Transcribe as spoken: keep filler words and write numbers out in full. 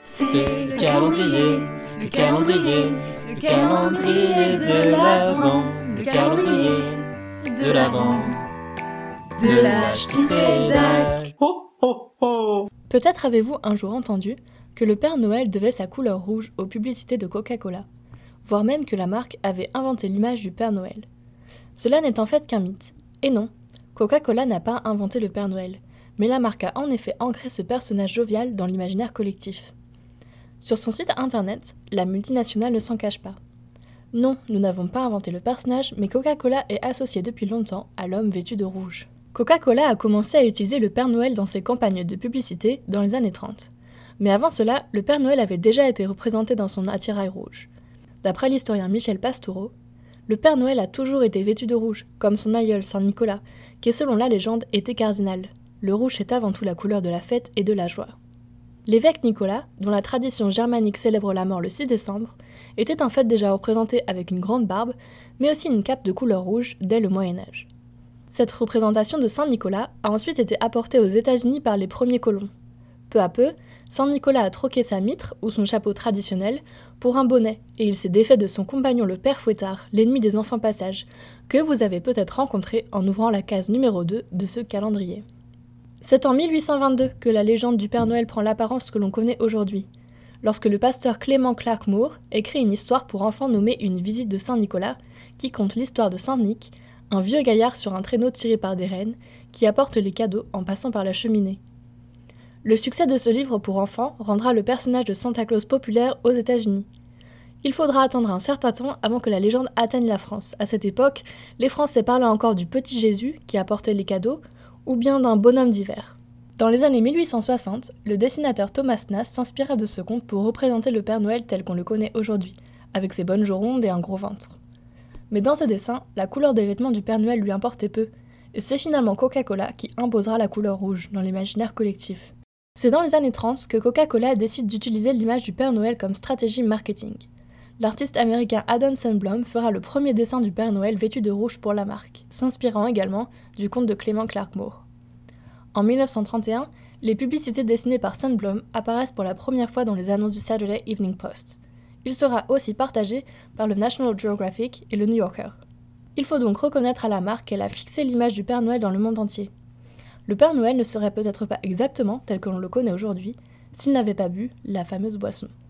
C'est le calendrier, le calendrier, le calendrier de l'Avent, le calendrier de l'Avent, de l'âge titré. Oh oh oh. Peut-être avez-vous un jour entendu que le Père Noël devait sa couleur rouge aux publicités de Coca-Cola, voire même que la marque avait inventé l'image du Père Noël. Cela n'est en fait qu'un mythe. Et non, Coca-Cola n'a pas inventé le Père Noël, mais la marque a en effet ancré ce personnage jovial dans l'imaginaire collectif. Sur son site internet, la multinationale ne s'en cache pas. Non, nous n'avons pas inventé le personnage, mais Coca-Cola est associé depuis longtemps à l'homme vêtu de rouge. Coca-Cola a commencé à utiliser le Père Noël dans ses campagnes de publicité dans les années trente. Mais avant cela, le Père Noël avait déjà été représenté dans son attirail rouge. D'après l'historien Michel Pastoureau, le Père Noël a toujours été vêtu de rouge, comme son aïeul Saint Nicolas, qui selon la légende était cardinal. Le rouge est avant tout la couleur de la fête et de la joie. L'évêque Nicolas, dont la tradition germanique célèbre la mort le six décembre, était en fait déjà représenté avec une grande barbe, mais aussi une cape de couleur rouge dès le Moyen-Âge. Cette représentation de Saint Nicolas a ensuite été apportée aux États-Unis par les premiers colons. Peu à peu, Saint Nicolas a troqué sa mitre, ou son chapeau traditionnel, pour un bonnet, et il s'est défait de son compagnon le Père Fouettard, l'ennemi des enfants passages, que vous avez peut-être rencontré en ouvrant la case numéro deux de ce calendrier. C'est en mille huit cent vingt-deux que la légende du Père Noël prend l'apparence que l'on connaît aujourd'hui, lorsque le pasteur Clément Clark Moore écrit une histoire pour enfants nommée Une visite de Saint Nicolas, qui conte l'histoire de Saint Nic, un vieux gaillard sur un traîneau tiré par des rennes, qui apporte les cadeaux en passant par la cheminée. Le succès de ce livre pour enfants rendra le personnage de Santa Claus populaire aux États-Unis. Il faudra attendre un certain temps avant que la légende atteigne la France. À cette époque, les Français parlaient encore du petit Jésus qui apportait les cadeaux, ou bien d'un bonhomme d'hiver. Dans les années mille huit cent soixante, le dessinateur Thomas Nast s'inspira de ce conte pour représenter le Père Noël tel qu'on le connaît aujourd'hui, avec ses bonnes joues rondes et un gros ventre. Mais dans ses dessins, la couleur des vêtements du Père Noël lui importait peu, et c'est finalement Coca-Cola qui imposera la couleur rouge dans l'imaginaire collectif. C'est dans les années trente que Coca-Cola décide d'utiliser l'image du Père Noël comme stratégie marketing. L'artiste américain Haddon Sundblom fera le premier dessin du Père Noël vêtu de rouge pour la marque, s'inspirant également du conte de Clément Clark Moore. En mille neuf cent trente et un, les publicités dessinées par Sundblom apparaissent pour la première fois dans les annonces du Saturday Evening Post. Il sera aussi partagé par le National Geographic et le New Yorker. Il faut donc reconnaître à la marque qu'elle a fixé l'image du Père Noël dans le monde entier. Le Père Noël ne serait peut-être pas exactement tel que l'on le connaît aujourd'hui s'il n'avait pas bu la fameuse boisson.